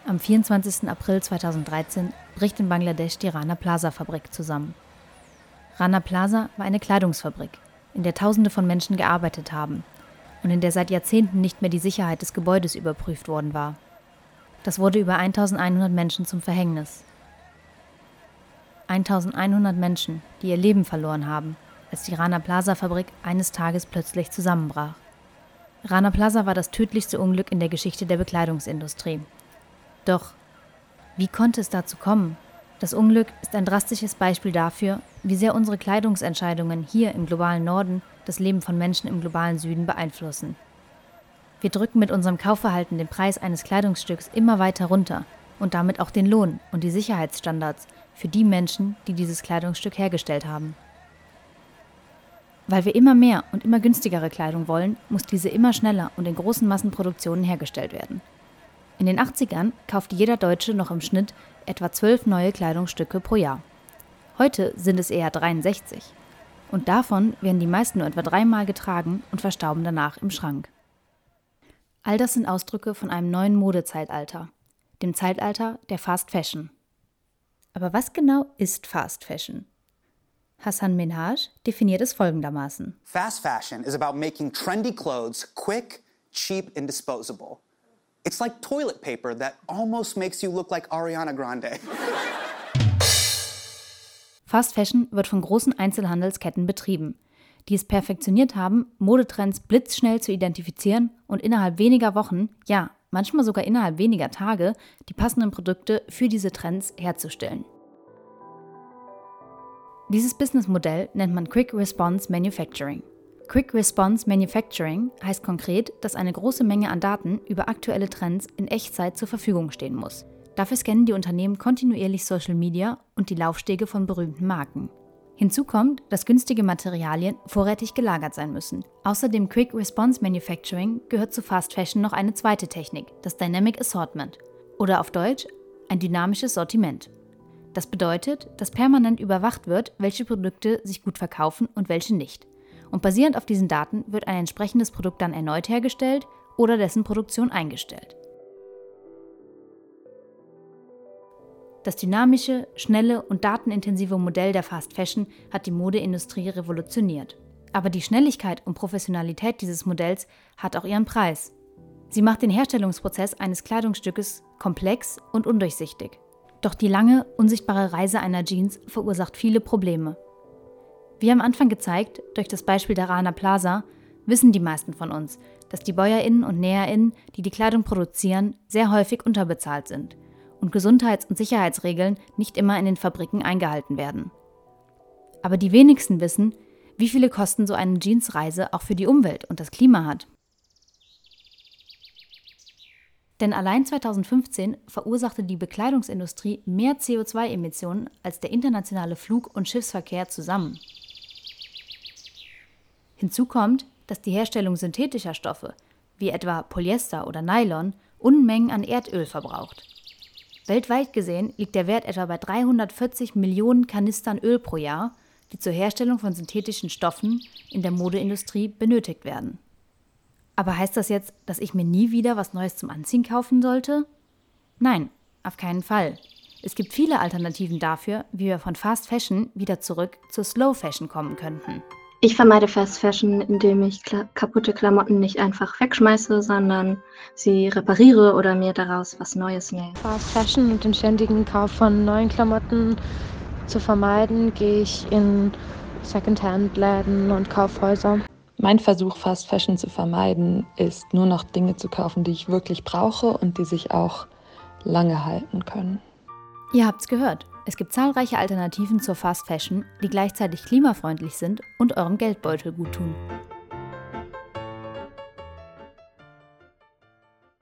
Am 24. April 2013 bricht in Bangladesch die Rana Plaza Fabrik zusammen. Rana Plaza war eine Kleidungsfabrik, in der Tausende von Menschen gearbeitet haben und in der seit Jahrzehnten nicht mehr die Sicherheit des Gebäudes überprüft worden war. Das wurde über 1100 Menschen zum Verhängnis. 1100 Menschen, die ihr Leben verloren haben, als die Rana Plaza Fabrik eines Tages plötzlich zusammenbrach. Rana Plaza war das tödlichste Unglück in der Geschichte der Bekleidungsindustrie. Doch, wie konnte es dazu kommen? Das Unglück ist ein drastisches Beispiel dafür, wie sehr unsere Kleidungsentscheidungen hier im globalen Norden das Leben von Menschen im globalen Süden beeinflussen. Wir drücken mit unserem Kaufverhalten den Preis eines Kleidungsstücks immer weiter runter und damit auch den Lohn und die Sicherheitsstandards für die Menschen, die dieses Kleidungsstück hergestellt haben. Weil wir immer mehr und immer günstigere Kleidung wollen, muss diese immer schneller und in großen Massenproduktionen hergestellt werden. In den 80ern kaufte jeder Deutsche noch im Schnitt etwa 12 neue Kleidungsstücke pro Jahr. Heute sind es eher 63. Und davon werden die meisten nur etwa 3-mal getragen und verstauben danach im Schrank. All das sind Ausdrücke von einem neuen Modezeitalter, dem Zeitalter der Fast Fashion. Aber was genau ist Fast Fashion? Hassan Minhaj definiert es folgendermaßen. Fast fashion is about making trendy clothes quick, cheap and disposable. It's like toilet paper that almost makes you look like Ariana Grande. Fast Fashion wird von großen Einzelhandelsketten betrieben, die es perfektioniert haben, Modetrends blitzschnell zu identifizieren und innerhalb weniger Wochen, ja, manchmal sogar innerhalb weniger Tage, die passenden Produkte für diese Trends herzustellen. Dieses Businessmodell nennt man Quick Response Manufacturing. Quick Response Manufacturing heißt konkret, dass eine große Menge an Daten über aktuelle Trends in Echtzeit zur Verfügung stehen muss. Dafür scannen die Unternehmen kontinuierlich Social Media und die Laufstege von berühmten Marken. Hinzu kommt, dass günstige Materialien vorrätig gelagert sein müssen. Außer dem Quick Response Manufacturing gehört zu Fast Fashion noch eine zweite Technik, das Dynamic Assortment oder auf Deutsch ein dynamisches Sortiment. Das bedeutet, dass permanent überwacht wird, welche Produkte sich gut verkaufen und welche nicht. Und basierend auf diesen Daten wird ein entsprechendes Produkt dann erneut hergestellt oder dessen Produktion eingestellt. Das dynamische, schnelle und datenintensive Modell der Fast Fashion hat die Modeindustrie revolutioniert. Aber die Schnelligkeit und Professionalität dieses Modells hat auch ihren Preis. Sie macht den Herstellungsprozess eines Kleidungsstückes komplex und undurchsichtig. Doch die lange, unsichtbare Reise einer Jeans verursacht viele Probleme. Wie am Anfang gezeigt, durch das Beispiel der Rana Plaza, wissen die meisten von uns, dass die BäuerInnen und NäherInnen, die die Kleidung produzieren, sehr häufig unterbezahlt sind und Gesundheits- und Sicherheitsregeln nicht immer in den Fabriken eingehalten werden. Aber die wenigsten wissen, wie viele Kosten so eine Jeansreise auch für die Umwelt und das Klima hat. Denn allein 2015 verursachte die Bekleidungsindustrie mehr CO2-Emissionen als der internationale Flug- und Schiffsverkehr zusammen. Hinzu kommt, dass die Herstellung synthetischer Stoffe, wie etwa Polyester oder Nylon, Unmengen an Erdöl verbraucht. Weltweit gesehen liegt der Wert etwa bei 340 Millionen Kanistern Öl pro Jahr, die zur Herstellung von synthetischen Stoffen in der Modeindustrie benötigt werden. Aber heißt das jetzt, dass ich mir nie wieder was Neues zum Anziehen kaufen sollte? Nein, auf keinen Fall. Es gibt viele Alternativen dafür, wie wir von Fast Fashion wieder zurück zur Slow Fashion kommen könnten. Ich vermeide Fast Fashion, indem ich kaputte Klamotten nicht einfach wegschmeiße, sondern sie repariere oder mir daraus was Neues nähe. Fast Fashion und den ständigen Kauf von neuen Klamotten zu vermeiden, gehe ich in Secondhand-Läden und Kaufhäuser. Mein Versuch, Fast Fashion zu vermeiden, ist nur noch Dinge zu kaufen, die ich wirklich brauche und die sich auch lange halten können. Ihr habt's gehört. Es gibt zahlreiche Alternativen zur Fast Fashion, die gleichzeitig klimafreundlich sind und eurem Geldbeutel gut tun.